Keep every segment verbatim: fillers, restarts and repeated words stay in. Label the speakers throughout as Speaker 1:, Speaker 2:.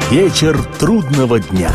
Speaker 1: Вечер трудного дня.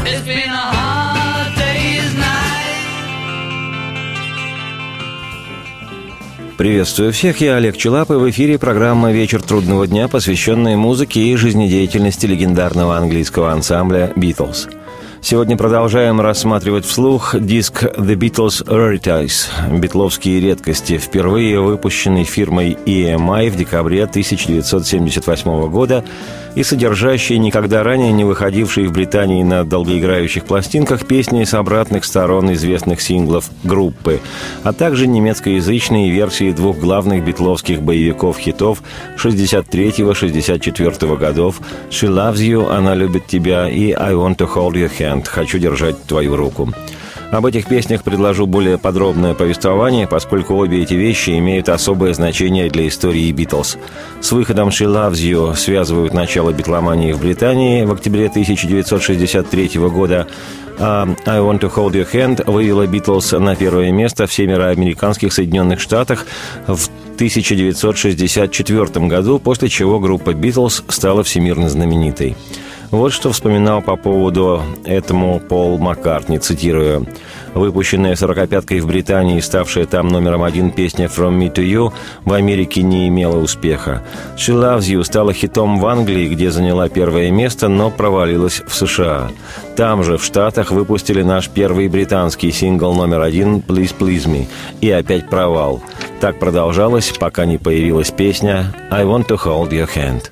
Speaker 2: Приветствую всех, я Олег Челап, и в эфире программа «Вечер трудного дня», посвященная музыке и жизнедеятельности легендарного английского ансамбля «Битлз». Сегодня продолжаем рассматривать вслух диск «The Beatles Rarities» – «Битловские редкости», впервые выпущенный фирмой и эм ай в декабре тысяча девятьсот семьдесят восьмого года и содержащий никогда ранее не выходившие в Британии на долгоиграющих пластинках песни с обратных сторон известных синглов группы, а также немецкоязычные версии двух главных битловских боевиков-хитов шестьдесят третьего — шестьдесят четвёртого годов «She Loves You» – «Она любит тебя» и «I Want to Hold Your Hand» – «Хочу держать твою руку». Об этих песнях предложу более подробное повествование, поскольку обе эти вещи имеют особое значение для истории «Битлз». С выходом «She Loves You» связывают начало битломании в Британии в октябре тысяча девятьсот шестьдесят третьего года, а «I Want to Hold Your Hand» вывела «Битлз» на первое место в североамериканских Соединенных Штатах в тысяча девятьсот шестьдесят четвёртом году, после чего группа «Битлз» стала всемирно знаменитой. Вот что вспоминал по поводу этому Пол Маккартни, цитирую: «Выпущенная сорокопяткой в Британии и ставшая там номером один песня «From Me to You» в Америке не имела успеха. «She Loves You» стала хитом в Англии, где заняла первое место, но провалилась в США. Там же, в Штатах, выпустили наш первый британский сингл номер один «Please Please Me» и опять провал. Так продолжалось, пока не появилась песня «I Want to Hold Your Hand».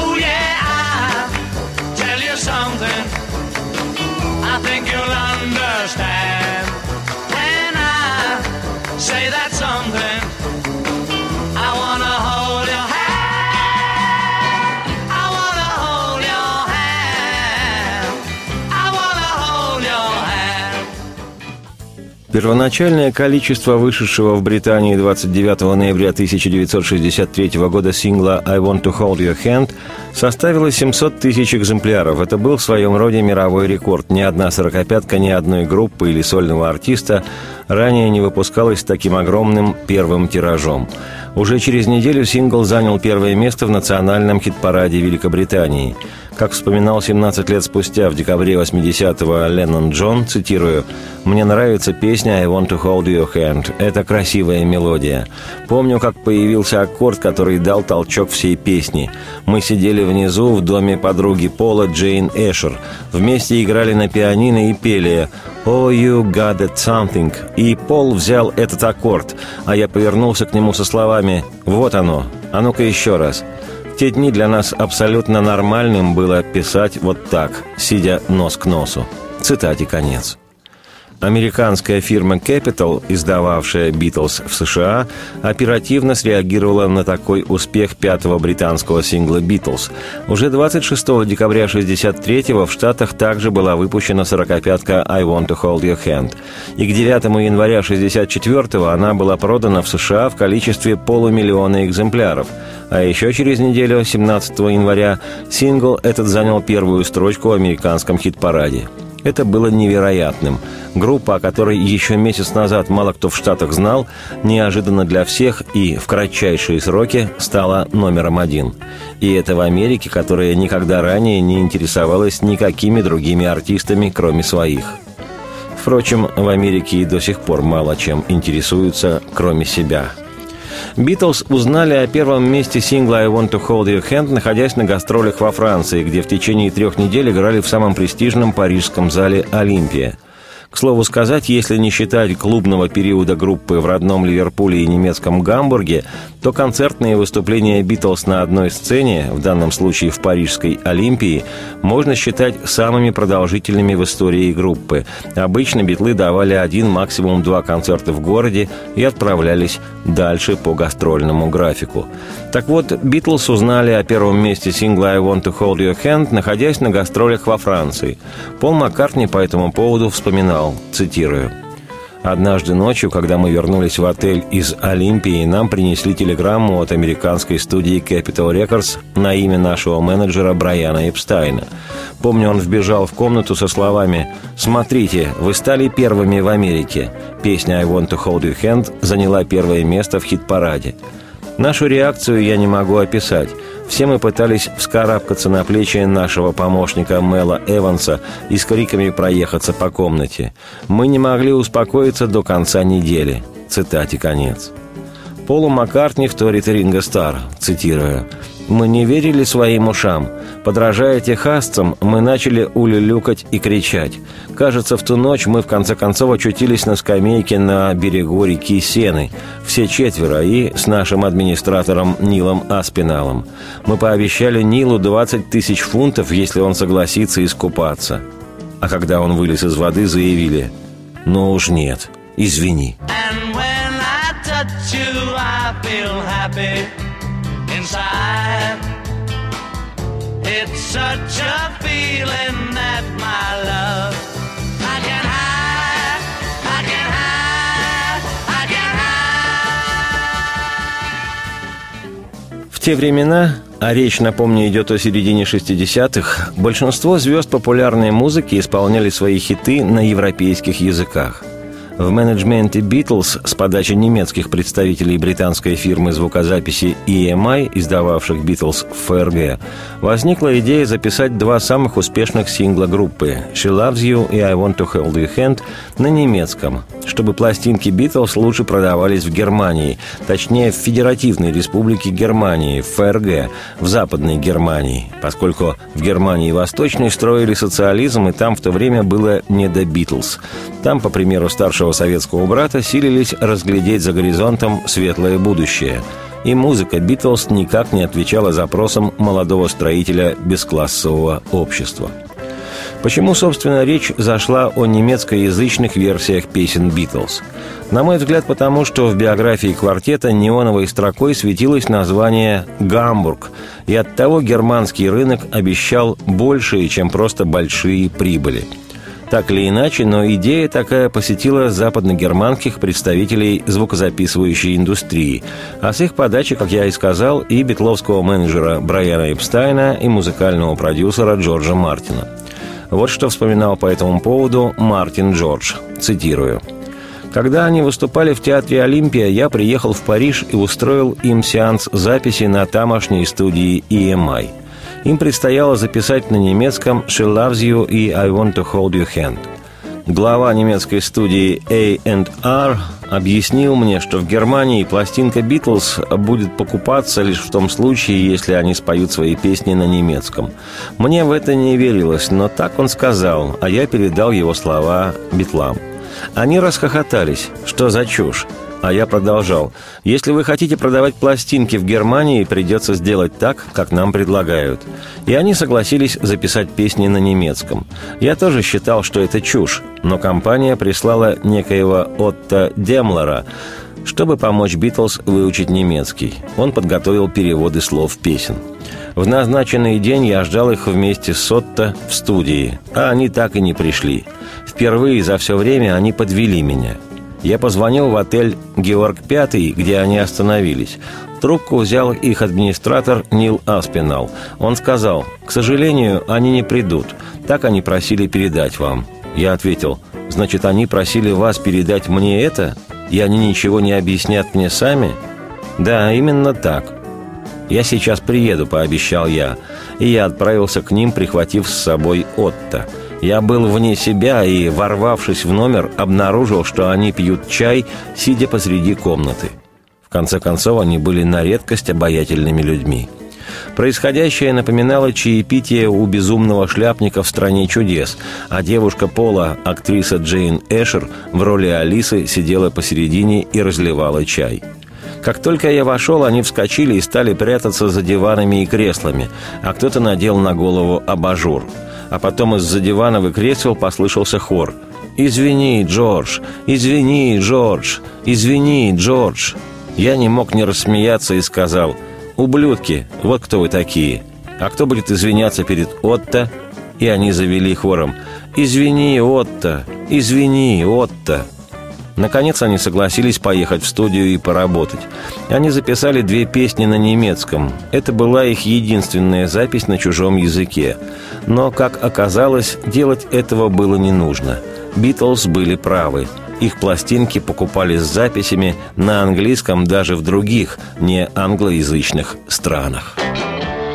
Speaker 2: Первоначальное количество вышедшего в Британии двадцать девятого ноября тысяча девятьсот шестьдесят третьего года сингла «I Want to Hold Your Hand» составило семьсот тысяч экземпляров. Это был в своем роде мировой рекорд. Ни одна сорокопятка, ни одной группы или сольного артиста ранее не выпускалась с таким огромным первым тиражом. Уже через неделю сингл занял первое место в национальном хит-параде Великобритании. Как вспоминал семнадцать лет спустя, в декабре восьмидесятого, Леннон Джон, цитирую: «Мне нравится песня «I Want to Hold Your Hand». Это красивая мелодия. Помню, как появился аккорд, который дал толчок всей песни. Мы сидели внизу в доме подруги Пола, Джейн Эшер. Вместе играли на пианино и пели «Oh, you got that something». И Пол взял этот аккорд, а я повернулся к нему со словами: «Вот оно, а ну-ка еще раз». В те дни для нас абсолютно нормальным было писать вот так, сидя нос к носу. Цитате конец. Американская фирма Capitol, издававшая «Битлз» в США, оперативно среагировала на такой успех пятого британского сингла «Битлз». Уже двадцать шестого декабря шестьдесят третьего в Штатах также была выпущена сорокопятка «I Want to Hold Your Hand». И к девятому января шестьдесят четвёртого она была продана в США в количестве полумиллиона экземпляров. А еще через неделю, семнадцатого января, сингл этот занял первую строчку в американском хит-параде. Это было невероятным. Группа, о которой еще месяц назад мало кто в Штатах знал, неожиданно для всех и в кратчайшие сроки стала номером один. И это в Америке, которая никогда ранее не интересовалась никакими другими артистами, кроме своих. Впрочем, в Америке и до сих пор мало чем интересуются, кроме себя. «Битлз» узнали о первом месте сингла «I Want to Hold Your Hand», находясь на гастролях во Франции, где в течение трех недель играли в самом престижном парижском зале «Олимпия». К слову сказать, если не считать клубного периода группы в родном Ливерпуле и немецком Гамбурге, то концертные выступления «Битлз» на одной сцене, в данном случае в парижской «Олимпии», можно считать самыми продолжительными в истории группы. Обычно «Битлы» давали один, максимум два концерта в городе и отправлялись дальше по гастрольному графику. Так вот, «Битлз» узнали о первом месте сингла «I Want to Hold Your Hand», находясь на гастролях во Франции. Пол Маккартни по этому поводу вспоминал, цитирую: «Однажды ночью, когда мы вернулись в отель из Олимпии, нам принесли телеграмму от американской студии Capitol Records на имя нашего менеджера Брайана Эпстайна. Помню, он вбежал в комнату со словами: «Смотрите, вы стали первыми в Америке». Песня «I Want to Hold Your Hand» заняла первое место в хит-параде. Нашу реакцию я не могу описать. Все мы пытались вскарабкаться на плечи нашего помощника Мела Эванса и с криками проехаться по комнате. Мы не могли успокоиться до конца недели. Цитате конец. Полу Маккартни вторит Ринго Старр, цитируя: «Мы не верили своим ушам. Подражая техасцам, мы начали улюлюкать и кричать. Кажется, в ту ночь мы в конце концов очутились на скамейке на берегу реки Сены, все четверо, и с нашим администратором Нилом Аспиналом. Мы пообещали Нилу двадцать тысяч фунтов, если он согласится искупаться. А когда он вылез из воды, заявили: ну уж нет, извини». Inside, it's such a feeling that my love I can hide, I can hide, I can hide. В те времена, а речь, напомню, идет о середине шестидесятых, большинство звезд популярной музыки исполняли свои хиты на европейских языках. В менеджменте «Битлз» с подачи немецких представителей британской фирмы звукозаписи и эм ай, издававших «Битлз» в эф эр гэ, возникла идея записать два самых успешных сингла группы «She Loves You» и «I Want to Hold Your Hand» на немецком, чтобы пластинки «Битлз» лучше продавались в Германии, точнее, в Федеративной Республике Германии, в эф эр гэ, в Западной Германии, поскольку в Германии Восточной строили социализм, и там в то время было не до «Битлз». Там, по примеру старшего советского брата, силились разглядеть за горизонтом светлое будущее. И музыка «Битлз» никак не отвечала запросам молодого строителя бесклассового общества. Почему, собственно, речь зашла о немецкоязычных версиях песен «Битлз»? На мой взгляд, потому что в биографии квартета неоновой строкой светилось название «Гамбург», и оттого германский рынок обещал большие, чем просто большие прибыли. Так или иначе, но идея такая посетила западногерманских представителей звукозаписывающей индустрии, а с их подачи, как я и сказал, и битловского менеджера Брайана Эпстайна, и музыкального продюсера Джорджа Мартина. Вот что вспоминал по этому поводу Мартин Джордж, цитирую: «Когда они выступали в Театре Олимпия, я приехал в Париж и устроил им сеанс записи на тамошней студии и эм ай. Им предстояло записать на немецком «She Loves You» и «I Want to Hold Your Hand». Глава немецкой студии эй энд ар объяснил мне, что в Германии пластинка «Битлз» будет покупаться лишь в том случае, если они споют свои песни на немецком. Мне в это не верилось, но так он сказал, а я передал его слова битлам. Они расхохотались. Что за чушь? А я продолжал: если вы хотите продавать пластинки в Германии, придется сделать так, как нам предлагают. И они согласились записать песни на немецком. Я тоже считал, что это чушь, но компания прислала некоего Отто Демлера, чтобы помочь «Битлз» выучить немецкий. Он подготовил переводы слов песен. В назначенный день я ждал их вместе с Отто в студии, а они так и не пришли. Впервые за все время они подвели меня. Я позвонил в отель «Георг Пятый», где они остановились. Трубку взял их администратор Нил Аспинал. Он сказал: «К сожалению, они не придут. Так они просили передать вам». Я ответил: «Значит, они просили вас передать мне это? И они ничего не объяснят мне сами?» «Да, именно так». «Я сейчас приеду», — пообещал я. И я отправился к ним, прихватив с собой Отто. Я был вне себя и, ворвавшись в номер, обнаружил, что они пьют чай, сидя посреди комнаты. В конце концов, они были на редкость обаятельными людьми. Происходящее напоминало чаепитие у безумного шляпника в «Стране чудес», а девушка Пола, актриса Джейн Эшер, в роли Алисы сидела посередине и разливала чай. Как только я вошел, они вскочили и стали прятаться за диванами и креслами, а кто-то надел на голову абажур. А потом из-за диванов и кресел послышался хор: «Извини, Джордж! Извини, Джордж! Извини, Джордж!» Я не мог не рассмеяться и сказал: «Ублюдки, вот кто вы такие! А кто будет извиняться перед Отто?» И они завели хором: «Извини, Отто! Извини, Отто!» Наконец они согласились поехать в студию и поработать. Они записали две песни на немецком. Это была их единственная запись на чужом языке. Но, как оказалось, делать этого было не нужно. «Битлз» были правы. Их пластинки покупали с записями на английском даже в других, не англоязычных странах.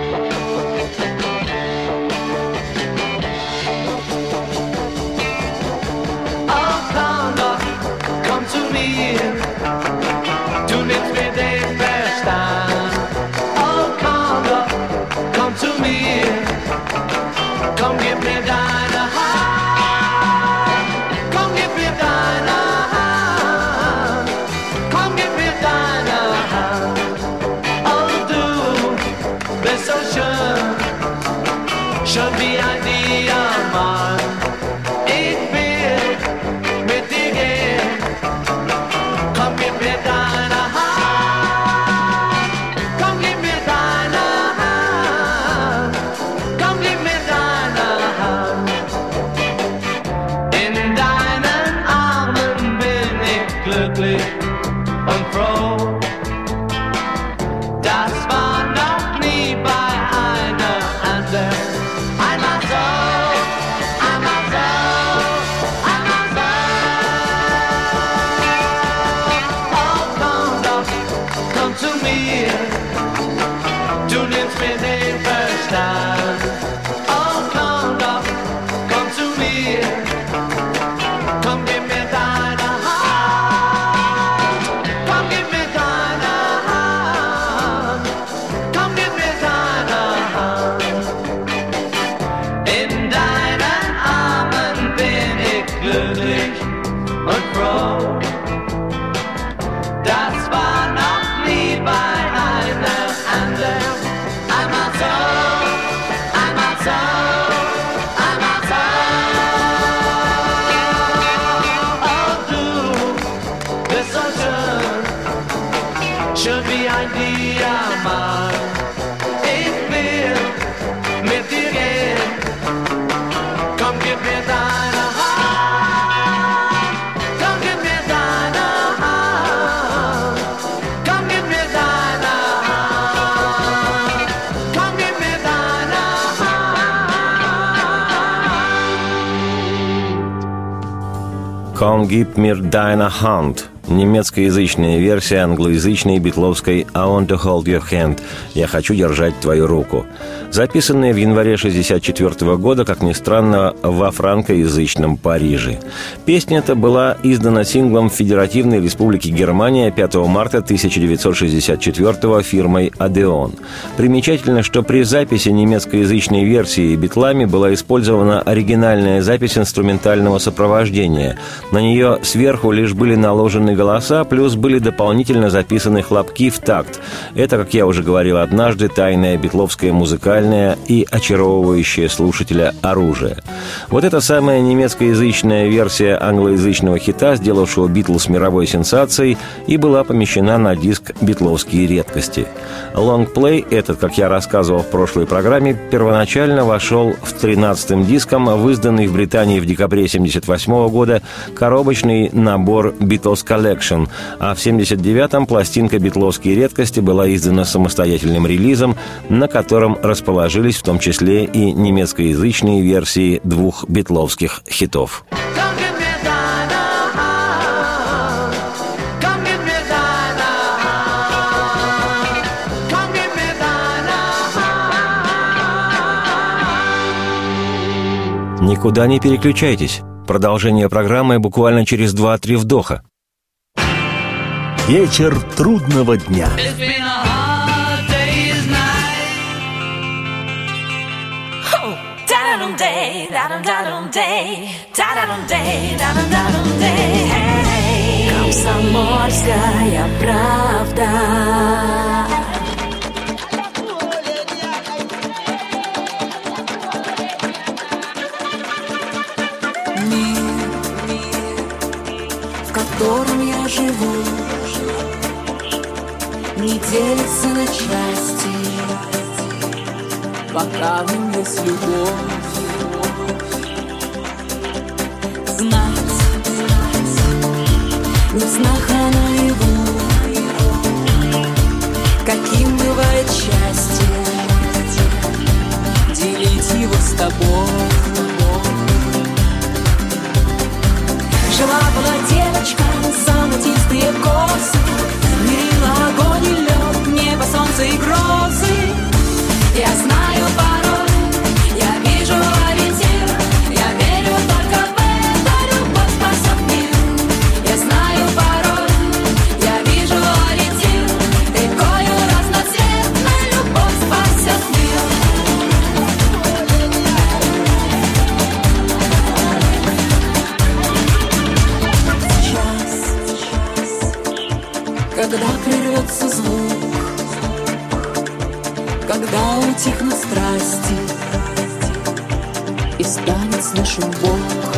Speaker 3: Come give me dynamite. Come give me dynamite. Come give me dynamite. Oh, do be so sure. Should be idea mine. It will me digging. Come give me dynamite. Come give me dynamite. Come give me dynamite. In deinen Armen bin ich glücklich und froh. Das war noch nie bei einer anderen. Einmal so, einmal so, einmal so. Oh, komm doch, komm zu mir. Du nimmst mir den Verstand. Oh, komm doch, komm zu mir. Komm, gib mir deine Hand. Komm, gib mir deine Hand. Komm, gib mir deine Hand. In deinen Armen bin ich glücklich und froh. Das war noch nie bei einer anderen. Einmal so, einmal so, einmal so. Oh, du bist so schön, schön wie ein Diamant. Ich will mit dir gehen. Komm, gib mir deine Hand. Komm, gib mir deine Hand. Komm, gib mir deine Hand. Komm, gib mir deine Hand.
Speaker 2: «Come give me deine Hand» – немецкоязычная версия англоязычной битловской «I want to hold your hand» – «Я хочу держать твою руку», записанная в январе шестьдесят четвёртого года, как ни странно, во франкоязычном Париже. Песня эта была издана синглом в Федеративной Республике Германия пятого марта тысяча девятьсот шестьдесят четвёртого фирмой «Одеон». Примечательно, что при записи немецкоязычной версии битлами была использована оригинальная запись инструментального сопровождения. На нее сверху лишь были наложены голоса, плюс были дополнительно записаны хлопки в такт. Это, как я уже говорил однажды, тайная битловская музыкальная и очаровывающее слушателя оружие. Вот эта самая немецкоязычная версия англоязычного хита, сделавшего «Битлз» мировой сенсацией, и была помещена на диск «Битловские редкости». Лонгплей этот, как я рассказывал в прошлой программе, первоначально вошел в тринадцатым диском, изданный в Британии в декабре семьдесят восьмого года коробочный набор «Beatles Collection», а в семьдесят девятом пластинка «Битловские редкости» была издана самостоятельным релизом, на котором расположились в том числе и немецкоязычные версии двух битловских хитов. Никуда не переключайтесь. Продолжение программы буквально через два-три вдоха.
Speaker 1: Вечер трудного дня.
Speaker 4: Комсомольская правда. В котором я живу, не делится на части, пока в нем есть любовь. Знать, не в снах, а наяву, каким бывает счастье, делить его с тобой. Жила-была девочка, золотистые косы, мирила огонь и лед, небо, солнце и грозы. Я знаю порой, я вижу ориентир, я верю только в это, любовь спасет мир. Я знаю порой, я вижу ориентир, рекою разноцветной любовь спасет мир. когда прервется звук, когда утихнут страсти и станет слышен Бог.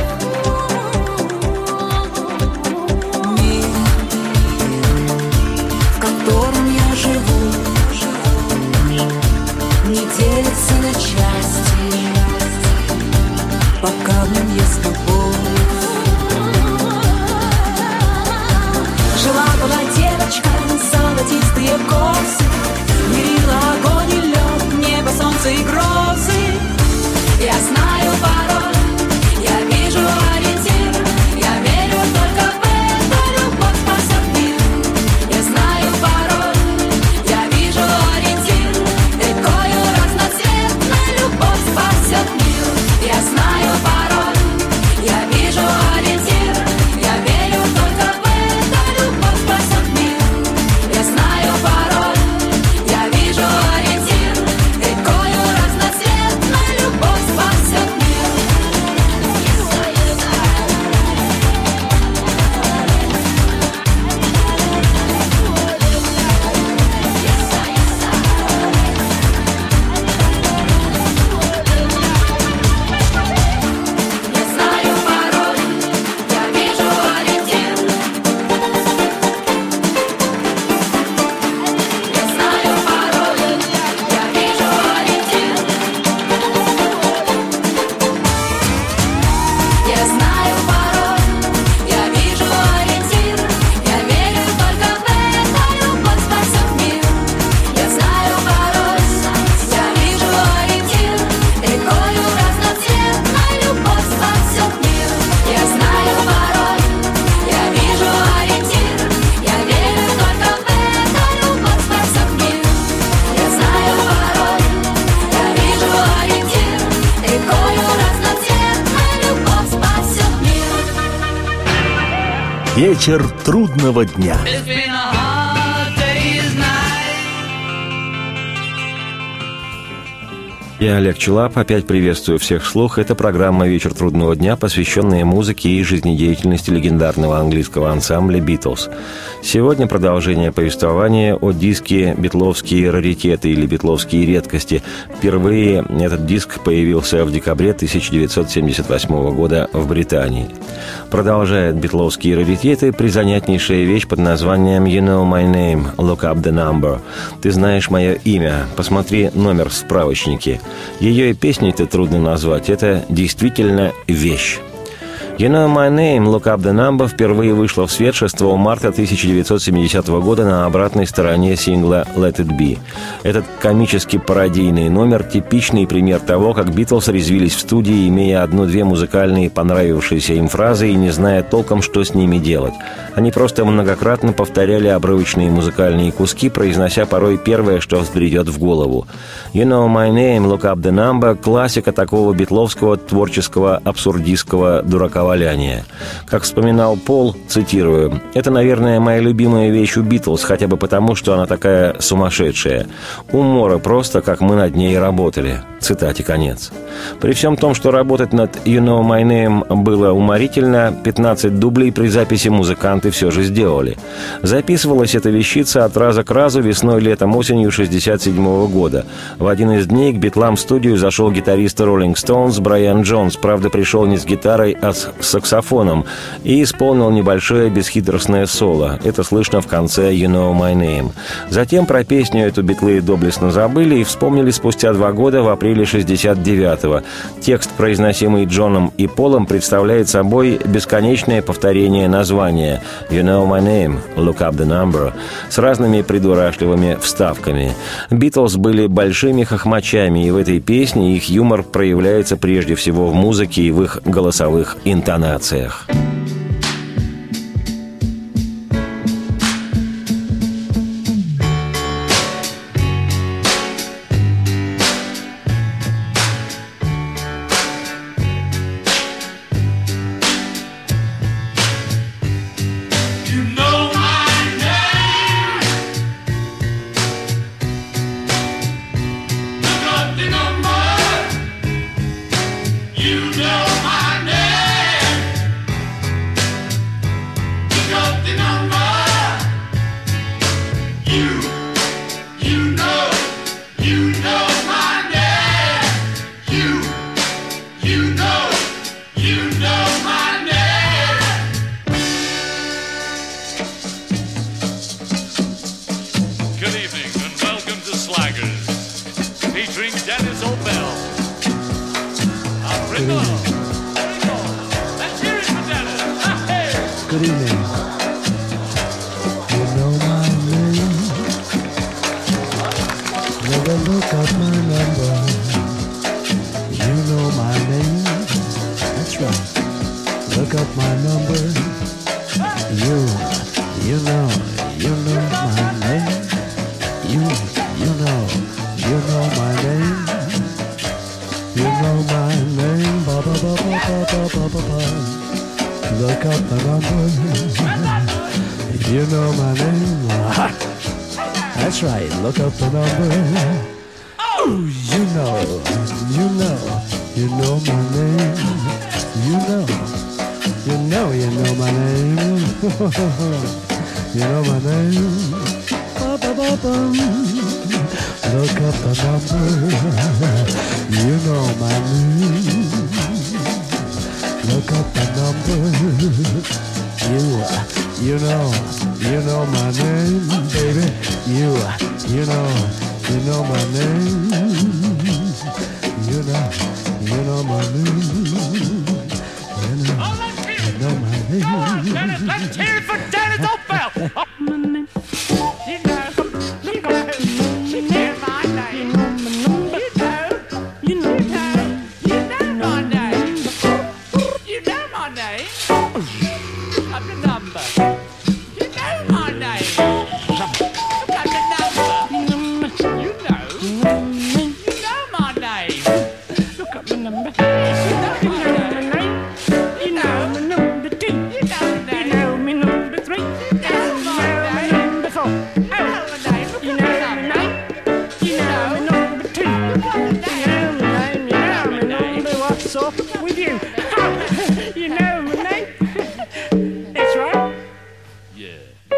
Speaker 4: Мир, в котором я живу, не делится на части, пока в нем есть любовь. Жила-была девочка, золотистые косы, мерила огонь и лед, небо, солнце и грозы. Я знаю пароль, я вижу ориентир, я верю только в это, любовь спасет мир. Я знаю пароль, я вижу ориентир, рекою разноцветной любовь спасет мир. Я знаю пароль, я вижу ориентир, я верю только в это, любовь спасет мир. Я знаю пароль, я вижу ориентир, рекою разноцветной любовь спасет мир. Я знаю пароль, я вижу ориентир. Я знаю пароль, я вижу ориентир. Я знаю пароль, я вижу ориентир. Я верю только в это, любовь спасет мир. Я знаю пароль, я вижу ориентир, рекою разноцветной любовь спасет мир. Я знаю пароль, я вижу ориентир, я верю только в это, любовь спасет мир. Я знаю пароль, я вижу ориентир, рекою разноцветной любовь спасет мир.
Speaker 1: Вечер трудного дня.
Speaker 3: It's been a hard day's night.
Speaker 2: Я Олег Челап, опять приветствую всех вслух. Это программа «Вечер трудного дня», посвященная музыке и жизнедеятельности легендарного английского ансамбля «Битлз». Сегодня продолжение повествования о диске «Битловские раритеты» или «Битловские редкости». Впервые этот диск появился в декабре тысяча девятьсот семьдесят восьмого года в Британии. Продолжает «Битловские раритеты» призанятнейшая вещь под названием «You know my name, look up the number». «Ты знаешь мое имя, посмотри номер в справочнике». Ее и песней-то трудно назвать, это действительно вещь. «You know my name, look up the number» впервые вышла в свет шестого марта тысяча девятьсот семидесятого года на обратной стороне сингла «Let it be». Этот комически пародийный номер – типичный пример того, как Битлз резвились в студии, имея одну-две музыкальные понравившиеся им фразы и не зная толком, что с ними делать. Они просто многократно повторяли обрывочные музыкальные куски, произнося порой первое, что взбредет в голову. «You know my name, look up the number» – классика такого битловского творческого абсурдистского дурака валяния. Как вспоминал Пол, цитирую, «Это, наверное, моя любимая вещь у Битлз, хотя бы потому, что она такая сумасшедшая. Умора просто, как мы над ней работали». Цитате конец. При всем том, что работать над «You know my name» было уморительно, пятнадцать дублей при записи музыканты все же сделали. Записывалась эта вещица от раза к разу весной, летом, осенью шестьдесят седьмого года. В один из дней к Битлам в студию зашел гитарист Rolling Stones Брайан Джонс, правда, пришел не с гитарой, а с саксофоном, и исполнил небольшое бесхитростное соло. Это слышно в конце «You know my name». Затем про песню эту битлы доблестно забыли и вспомнили спустя два года в апреле шестьдесят девятого. Текст, произносимый Джоном и Полом, представляет собой бесконечное повторение названия «You know my name, look up the number» с разными придурашливыми вставками. Битлз были большими хохмачами, и в этой песне их юмор проявляется прежде всего в музыке и в их голосовых интонациях.
Speaker 5: Good evening. You know my name. Never look up my number. You know my name. That's right. Look up my number. You, you know, you know my name. You, you know, you know my name. You know my name. Ba ba ba ba ba ba ba ba ba. Look up the number. You know my name. That's right. Look up the number. Oh, you know, you know, you know my name. You know, you know, you know my name. You know my name. Ba ba ba ba. Look up the number. You know my name. Look up the number. You, you know, you know my name, baby. You, you know, you know my name. You know, you know my name. You know, you know my name.
Speaker 6: Come on, Dennis, let's hear it for Dennis Opel. You know, you know, you know my name. You know, you know, you know my name. You know my name. Look up the number. You know my name. Look up the number. You know, you know my name. Look up the number. You know my name. You know my number two. You know my name. You know my number three. You know my number four. You know my name. You know my name. You know my number two. You know my name. You know my number. What's up with you? You know my name. That's right. Yeah.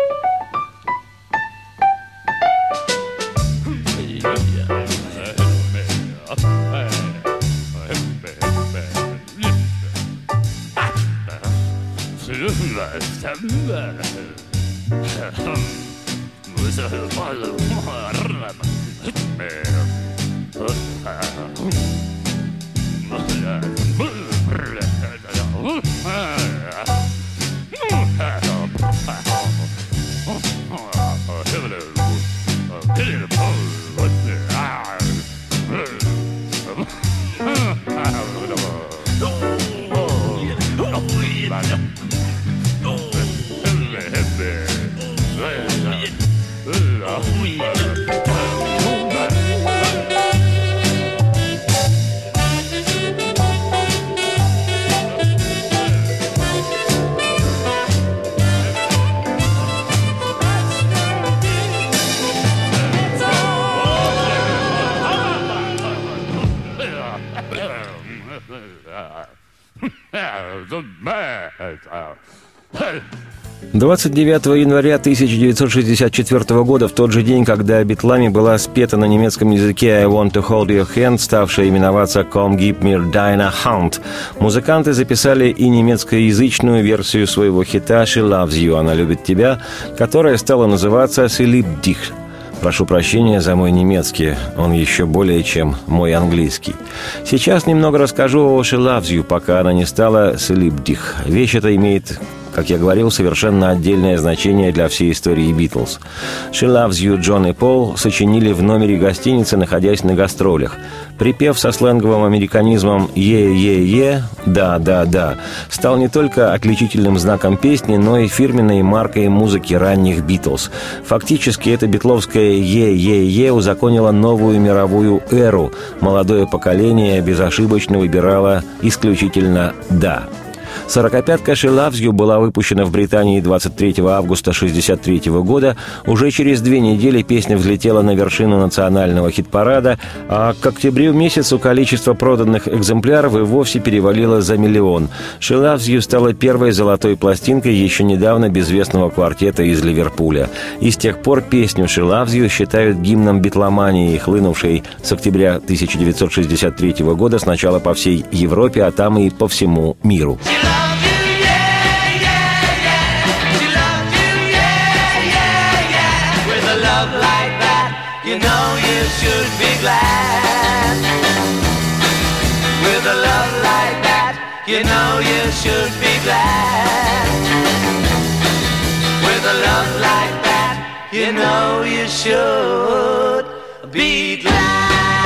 Speaker 2: двадцать девятого января тысяча девятьсот шестьдесят четвёртого года, в тот же день, когда битлами была спета на немецком языке «I want to hold your hand», ставшая именоваться «Come give me Dinah Hunt», музыканты записали и немецкоязычную версию своего хита «She loves you», «Она любит тебя», которая стала называться «Sie liebt dich». Прошу прощения за мой немецкий, он еще более чем мой английский. Сейчас немного расскажу о «She loves you», пока она не стала «Sie liebt dich». Вещь эта имеет, как я говорил, совершенно отдельное значение для всей истории «Битлз». «She loves you» Джон и Пол сочинили в номере гостиницы, находясь на гастролях. Припев со сленговым американизмом «е-е-е», «да-да-да» стал не только отличительным знаком песни, но и фирменной маркой музыки ранних «Битлз». Фактически, это битловское «е-е-е» узаконило новую мировую эру. Молодое поколение безошибочно выбирало исключительно «да». Сорокопятка «She Loves You» была выпущена в Британии двадцать третьего августа шестьдесят третьего года. Уже через две недели песня взлетела на вершину национального хит-парада, а к октябрю месяцу количество проданных экземпляров и вовсе перевалило за миллион. «She Loves You» стала первой золотой пластинкой еще недавно безвестного квартета из Ливерпуля. И с тех пор песню «She Loves You» считают гимном битломании, хлынувшей с октября тысяча девятьсот шестьдесят третьего года сначала по всей Европе, а там и по всему миру.
Speaker 3: You know you should be glad. With a love like you know you should be glad. With a love like that, you know you should be glad.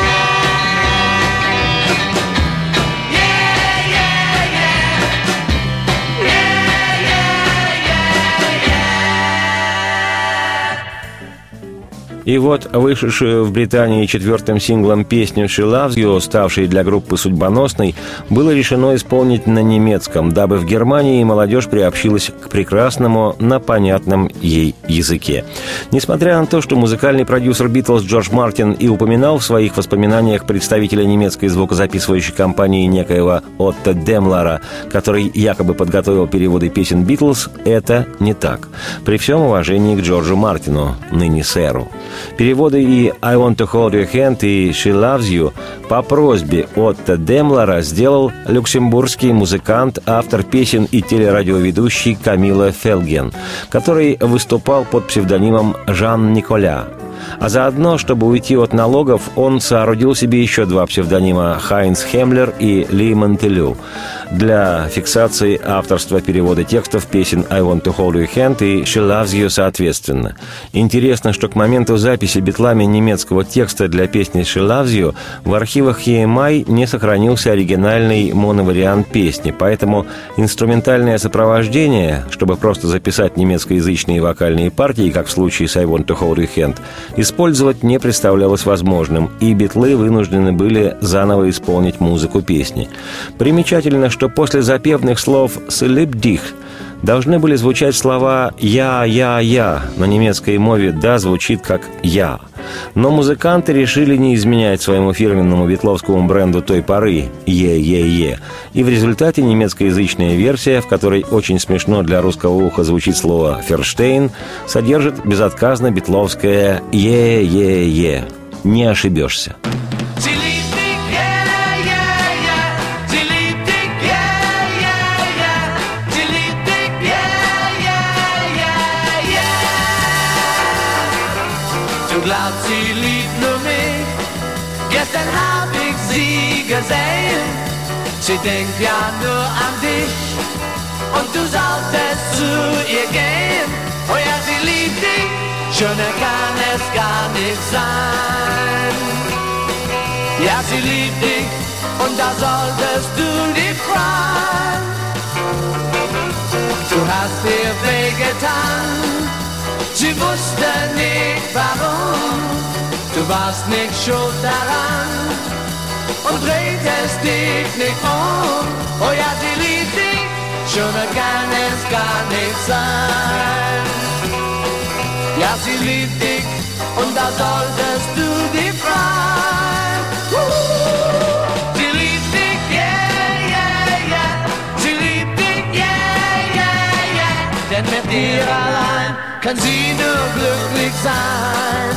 Speaker 2: И вот вышедшую в Британии четвертым синглом песню «She Loves You», ставшей для группы судьбоносной, было решено исполнить на немецком, дабы в Германии молодежь приобщилась к прекрасному, на понятном ей языке. Несмотря на то, что музыкальный продюсер «Битлз» Джордж Мартин и упоминал в своих воспоминаниях представителя немецкой звукозаписывающей компании некоего Отто Демлара, который якобы подготовил переводы песен «Битлз», это не так. При всем уважении к Джорджу Мартину, ныне сэру. Переводы и «I want to hold your hand» и «She loves you» по просьбе Отто Демлара сделал люксембургский музыкант, автор песен и телерадиоведущий Камилла Фельген, который выступал под псевдонимом Жан Николя. А заодно, чтобы уйти от налогов, он соорудил себе еще два псевдонима – Хайнц Хемлер и Ли Монтелю, для фиксации авторства перевода текстов песен «I want to hold your hand» и «She loves you» соответственно. Интересно, что к моменту записи битлами немецкого текста для песни «She loves you» в архивах и эм ай не сохранился оригинальный моновариант песни, поэтому инструментальное сопровождение, чтобы просто записать немецкоязычные вокальные партии, как в случае с «I want to hold your hand», использовать не представлялось возможным, и битлы вынуждены были заново исполнить музыку песни. Примечательно, что после запевных слов «Sleep dich» должны были звучать слова «я, я, я». На немецкой мове «да» звучит как «я». Но музыканты решили не изменять своему фирменному битловскому бренду той поры «е-е-е». И в результате немецкоязычная версия, в которой очень смешно для русского уха звучит слово «ферштейн», содержит безотказно битловское «е-е-е». Не ошибешься.
Speaker 3: Glaubt, sie liebt nur mich. Gestern hab ich sie gesehen. Sie denkt ja nur an dich und du solltest zu ihr gehen. Oh ja, sie liebt dich, schöner kann es gar nicht sein. Ja, sie liebt dich und da solltest du dich freuen. Du hast ihr wehgetan, sie wusste nicht warum. Du warst nicht schuld daran und drehtest dich nicht um. Oh ja, sie liebt dich, schöner kann es gar nicht sein. Ja, sie liebt dich und da solltest du dich freuen. Sie liebt dich, yeah, yeah, yeah. Sie liebt dich, yeah, yeah, yeah. Denn mit dir allein kann sie nur glücklich sein.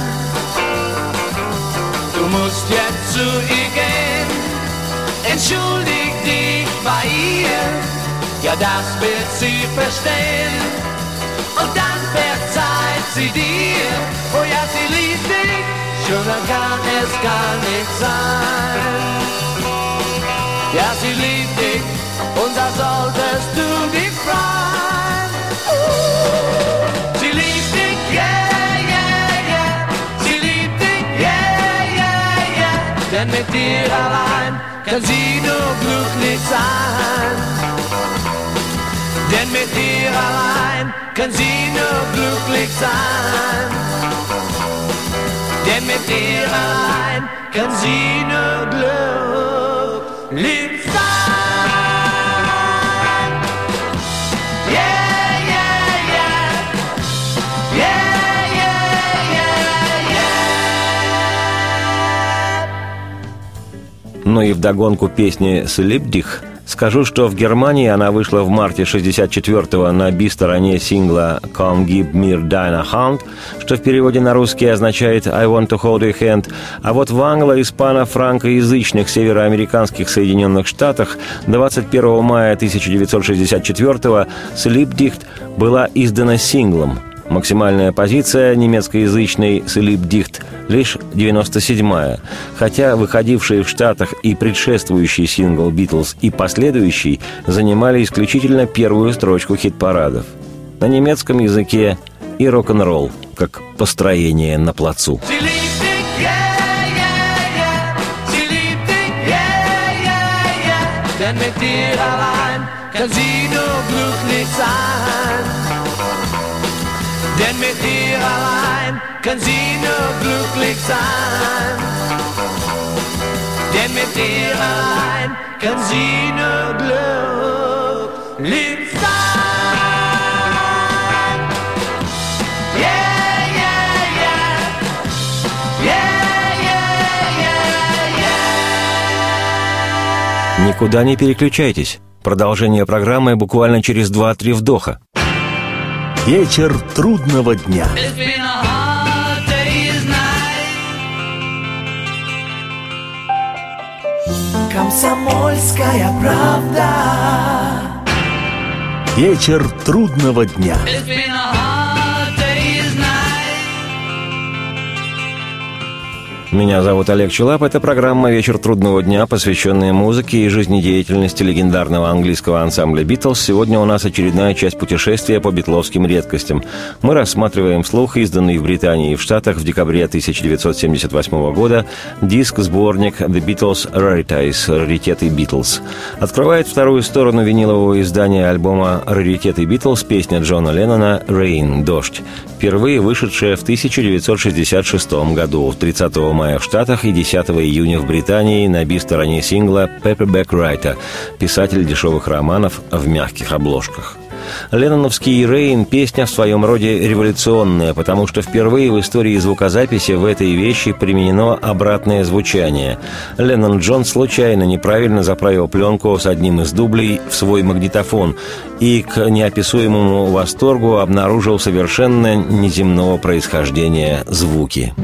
Speaker 3: Du musst jetzt zu ihr gehen, entschuldig dich bei ihr. Ja, das wird sie verstehen und dann verzeiht sie dir. Oh ja, sie liebt dich, schöner kann es gar nicht sein. Ja, sie liebt dich und da solltest du dich freuen. Sie liebt dich, yeah, yeah, yeah. Sie liebt dich, yeah, yeah, yeah. Denn mit dir allein kann sie nur glücklich sein. Denn mit dir allein kann sie nur glücklich sein. Denn mit dir allein kann sie nur glücklich sein.
Speaker 2: Ну и вдогонку песни «Sleep dich» скажу, что в Германии она вышла в марте шестьдесят четвёртого на би-стороне сингла «Come give me deine Hand», что в переводе на русский означает «I want to hold your hand», а вот в англо-испано-франкоязычных североамериканских Соединенных Штатах двадцать первого мая тысяча девятьсот шестьдесят четвёртого «Sleep dich» была издана синглом. Максимальная позиция немецкоязычной «Селибдихт» лишь девяносто седьмая, хотя выходившие в Штатах и предшествующий сингл «Битлз» и последующий занимали исключительно первую строчку хит-парадов. На немецком языке и рок-н-ролл, как построение на плацу.
Speaker 3: Denn mit dir allein kann sie nur glücklich sein. Denn mit dir allein kann sie nur glücklich sein. Denn mit dir allein kann sie nur glücklich sein. Yeah, yeah, yeah. Yeah, yeah, yeah, yeah.
Speaker 2: Никуда не переключайтесь. Продолжение программы буквально через два-три вдоха.
Speaker 1: Вечер трудного дня.
Speaker 3: It's been a hard day's night. Комсомольская правда.
Speaker 1: Вечер трудного дня.
Speaker 3: It's been a hard day's night.
Speaker 2: Меня зовут Олег Челап. Это программа «Вечер трудного дня», посвященная музыке и жизнедеятельности легендарного английского ансамбля «Битлз». Сегодня у нас очередная часть путешествия по битловским редкостям. Мы рассматриваем вслух изданный в Британии и в Штатах в декабре тысяча девятьсот семьдесят восьмого года диск-сборник «The Beatles Rarities» «Раритеты Битлз». Открывает вторую сторону винилового издания альбома «Раритеты Битлз» песня Джона Леннона «Rain» «Дождь», впервые вышедшая в тысяча девятьсот шестьдесят шестом году, тридцатого мая в Штатах и десятого июня в Британии на би-стороне сингла «Paperback Writer», писатель дешевых романов в мягких обложках. Ленноновский «Рейн» — песня в своем роде революционная, потому что впервые в истории звукозаписи в этой вещи применено обратное звучание. Леннон Джон случайно неправильно заправил пленку с одним из дублей в свой магнитофон и к неописуемому восторгу обнаружил совершенно неземного происхождения звуки.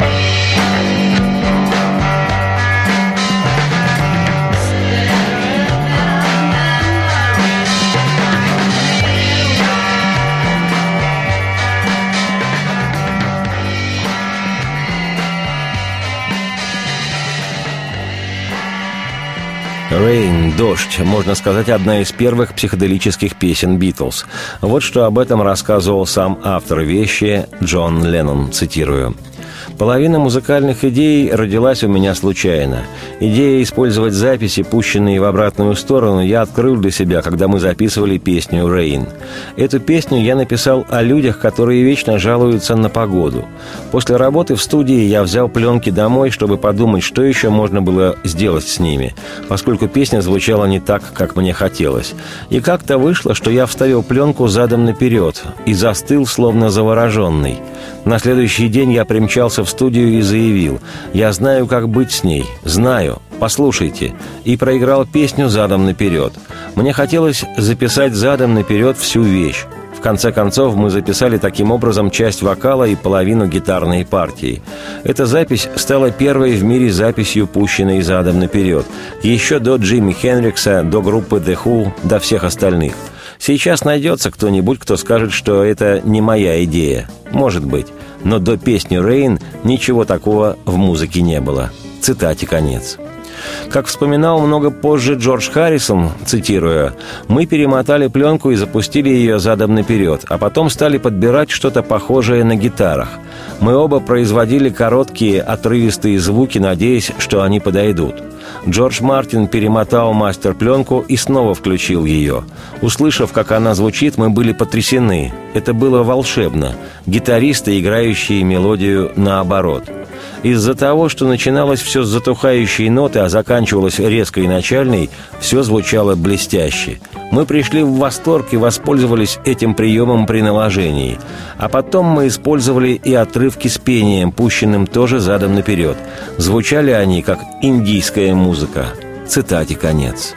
Speaker 2: «Rain» — «Дождь», можно сказать, одна из первых психоделических песен «Битлз». Вот что об этом рассказывал сам автор вещи Джон Леннон, цитирую. «Половина музыкальных идей родилась у меня случайно. Идея использовать записи, пущенные в обратную сторону, я открыл для себя, когда мы записывали песню «Rain». Эту песню я написал о людях, которые вечно жалуются на погоду. После работы в студии я взял пленки домой, чтобы подумать, что еще можно было сделать с ними, поскольку песня звучала не так, как мне хотелось. И как-то вышло, что я вставил пленку задом наперед и застыл, словно завороженный. На следующий день я примчался в студию и заявил: «Я знаю, как быть с ней. Знаю. Послушайте». И проиграл песню задом наперед. Мне хотелось записать задом наперед всю вещь. В конце концов, мы записали таким образом часть вокала и половину гитарной партии. Эта запись стала первой в мире записью, пущенной задом наперед. Еще до Джимми Хендрикса, до группы The Who, до всех остальных. Сейчас найдется кто-нибудь, кто скажет, что это не моя идея. Может быть. Но до песни «Rain» ничего такого в музыке не было. Цитате конец. Как вспоминал много позже Джордж Харрисон, цитируя, «Мы перемотали пленку и запустили ее задом наперед, а потом стали подбирать что-то похожее на гитарах. Мы оба производили короткие, отрывистые звуки, надеясь, что они подойдут. Джордж Мартин перемотал мастер-пленку и снова включил ее. Услышав, как она звучит, мы были потрясены. Это было волшебно. Гитаристы, играющие мелодию наоборот. Из-за того, что начиналось все с затухающей ноты, а заканчивалось резкой начальной, все звучало блестяще. Мы пришли в восторг и воспользовались этим приемом при наложении. А потом мы использовали и отрывки с пением, пущенным тоже задом наперед. Звучали они, как индийская музыка. Цитате конец.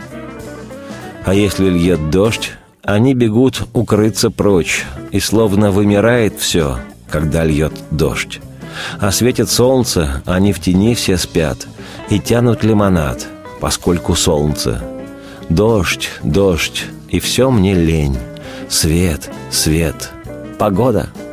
Speaker 2: А если льет дождь, они бегут укрыться прочь, и словно вымирает все, когда льет дождь. А светит солнце, они в тени все спят и тянут лимонад, поскольку солнце. Дождь, дождь, и все мне лень. Свет, свет, погода,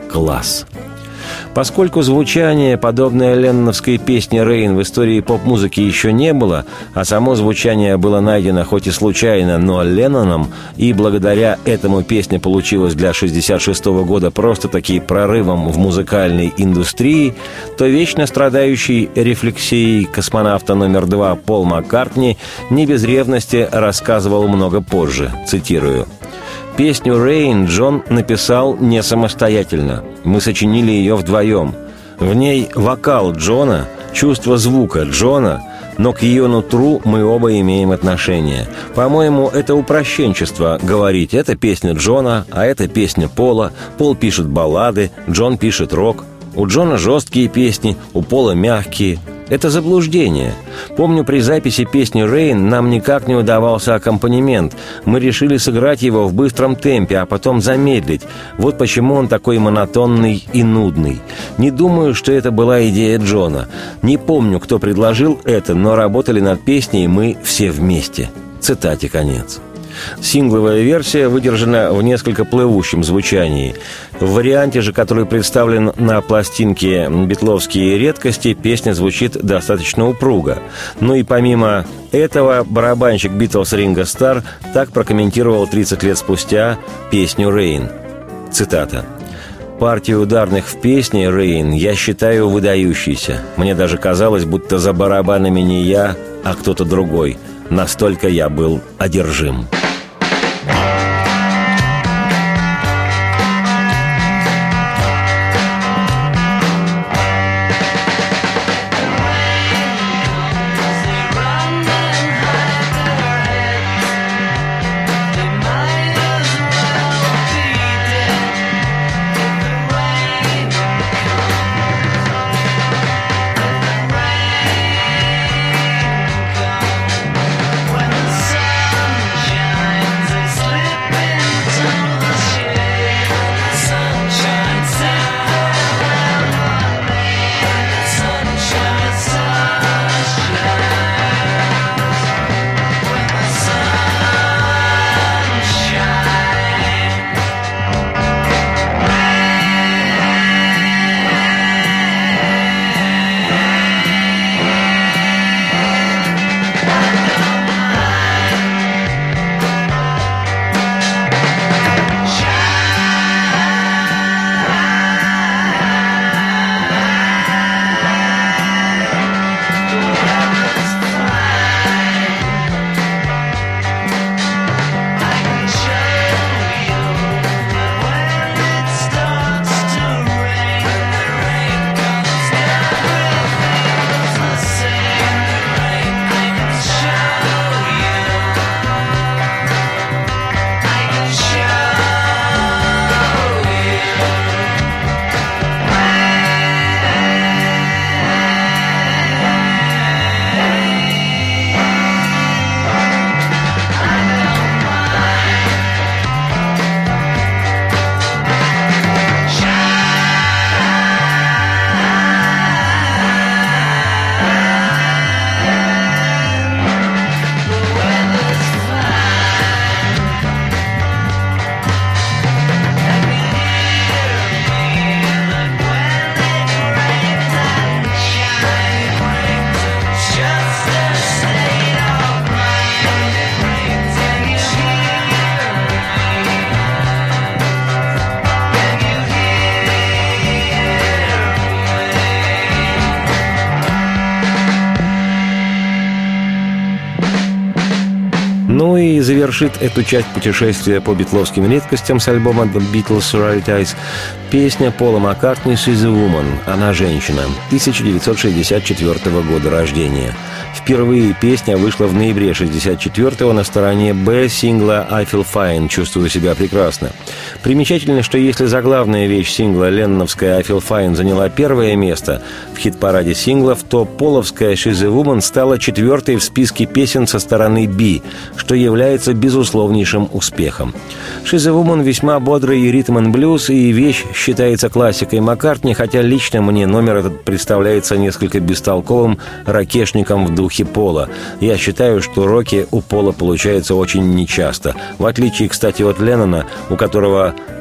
Speaker 2: класс. Поскольку звучание, подобное ленноновской песне «Рейн», в истории поп-музыки еще не было, а само звучание было найдено хоть и случайно, но Ленноном, и благодаря этому песня получилась для шестьдесят шестого года просто-таки прорывом в музыкальной индустрии, то вечно страдающий рефлексией космонавта номер два Пол Маккартни не без ревности рассказывал много позже, цитирую: «Песню «Рейн» Джон написал не самостоятельно. Мы сочинили ее вдвоем. В ней вокал Джона, чувство звука Джона, но к ее нутру мы оба имеем отношение. По-моему, это упрощенчество говорить: это песня Джона, а это песня Пола. Пол пишет баллады, Джон пишет рок. У Джона жесткие песни, у Пола мягкие. Это заблуждение. Помню, при записи песни «Рейн» нам никак не удавался аккомпанемент. Мы решили сыграть его в быстром темпе, а потом замедлить. Вот почему он такой монотонный и нудный. Не думаю, что это была идея Джона. Не помню, кто предложил это, но работали над песней мы все вместе». Цитате конец. Сингловая версия выдержана в несколько плывущем звучании. В варианте же, который представлен на пластинке «Битловские редкости», песня звучит достаточно упруго. Ну и помимо этого, барабанщик «Битлз» Ринго Старр так прокомментировал тридцать лет спустя песню «Рейн». Цитата: «Партию ударных в песне «Рейн» я считаю выдающейся. Мне даже казалось, будто за барабанами не я, а кто-то другой. Настолько я был одержим». Ну и завершит эту часть путешествия по битловским редкостям с альбома The Beatles Rarities песня Пола Маккартни «She's a Woman» – «Она женщина», тысяча девятьсот шестьдесят четвёртого года рождения. Впервые песня вышла в ноябре шестьдесят четвёртого на стороне «Б» сингла «I Feel Fine» – «Чувствую себя прекрасно». Примечательно, что если заглавная вещь сингла ленноновская «I Feel Fine» заняла первое место в хит-параде синглов, то половская «She's a Woman» стала четвертой в списке песен со стороны «B», что является безусловнейшим успехом. «She's a Woman» весьма бодрый ритм-н-блюз, и вещь считается классикой Маккартни, хотя лично мне номер этот представляется несколько бестолковым рокешником в духе Пола. Я считаю, что роки у Пола получаются очень нечасто. В отличие, кстати, от Леннона, у которого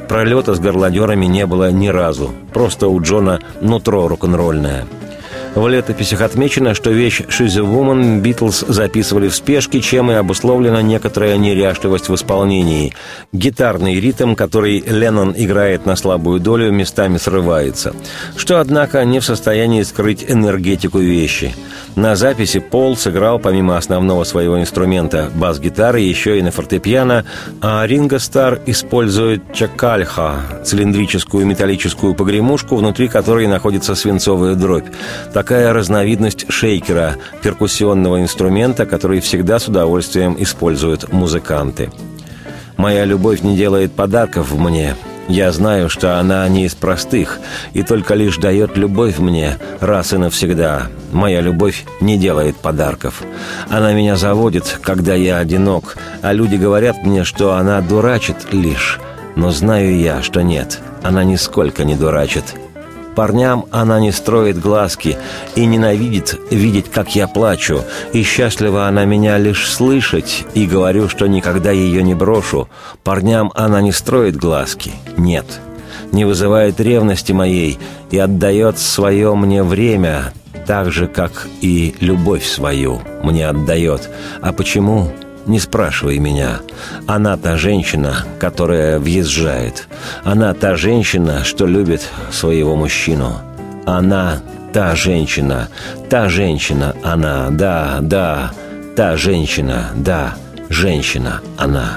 Speaker 2: Пролета с горлодерами не было ни разу. Просто у Джона нутро рок-н-ролльное. В летописях отмечено, что вещь «She's a Woman» Битлз записывали в спешке, чем и обусловлена некоторая неряшливость в исполнении. Гитарный ритм, который Леннон играет на слабую долю, местами срывается. Что, однако, не в состоянии скрыть энергетику вещи. На записи Пол сыграл, помимо основного своего инструмента бас-гитары, еще и на фортепиано, а Ринго Старр использует чакальха – цилиндрическую металлическую погремушку, внутри которой находится свинцовая дробь. Такая разновидность шейкера, перкуссионного инструмента, который всегда с удовольствием используют музыканты. «Моя любовь не делает подарков мне. Я знаю, что она не из простых, и только лишь дает любовь мне раз и навсегда. Моя любовь не делает подарков. Она меня заводит, когда я одинок, а люди говорят мне, что она дурачит лишь. Но знаю я, что нет, она нисколько не дурачит. Парням она не строит глазки и ненавидит видеть, как я плачу, и счастлива она меня лишь слышать, и говорю, что никогда ее не брошу. Парням она не строит глазки, нет, не вызывает ревности моей и отдает свое мне время, так же, как и любовь свою мне отдает. А почему? Не спрашивай меня. Она та женщина, которая въезжает. Она та женщина, что любит своего мужчину. Она та женщина, та женщина, она, да, да, та женщина, да, женщина, она».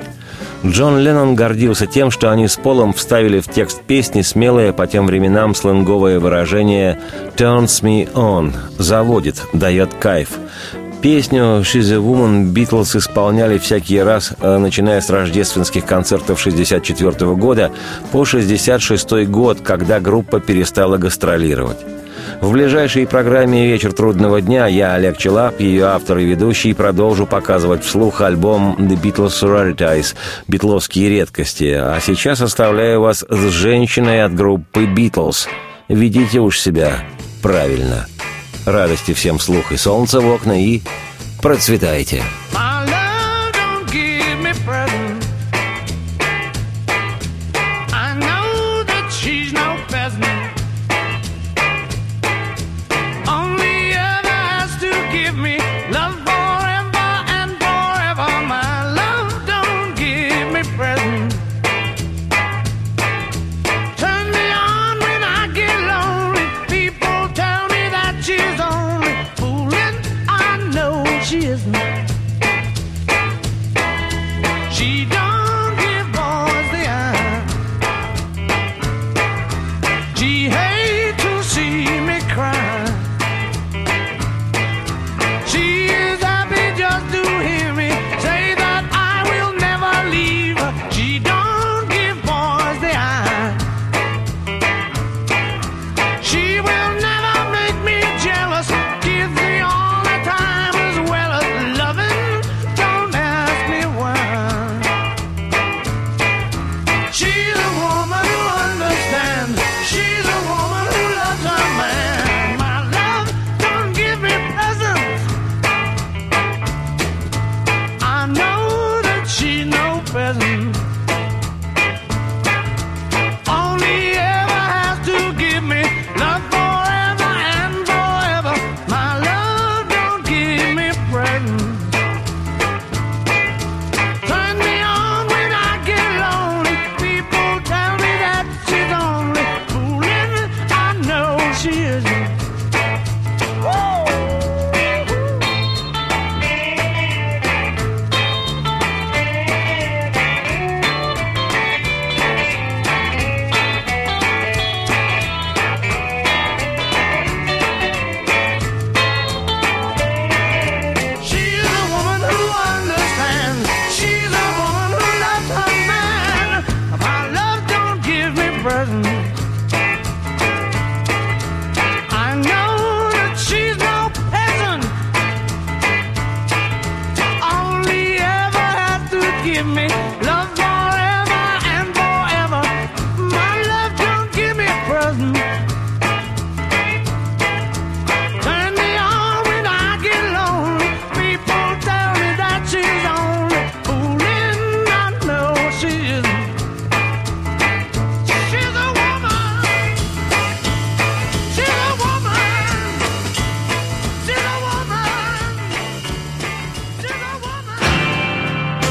Speaker 2: Джон Леннон гордился тем, что они с Полом вставили в текст песни смелое по тем временам сленговое выражение «turns me on» – «заводит», «дает кайф». Песню «She's a Woman» Битлз исполняли всякий раз, начиная с рождественских концертов шестьдесят четвёртого года по шестьдесят шестой год, когда группа перестала гастролировать. В ближайшей программе «Вечер трудного дня» я, Олег Челап, ее автор и ведущий, продолжу показывать вслух альбом «The Beatles Rarities» – «Битловские редкости». А сейчас оставляю вас с женщиной от группы «Битлз». Ведите уж себя правильно. Радости всем вслух и солнца в окна, и процветайте!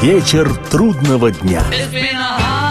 Speaker 1: Вечер трудного дня.
Speaker 3: It's been a hard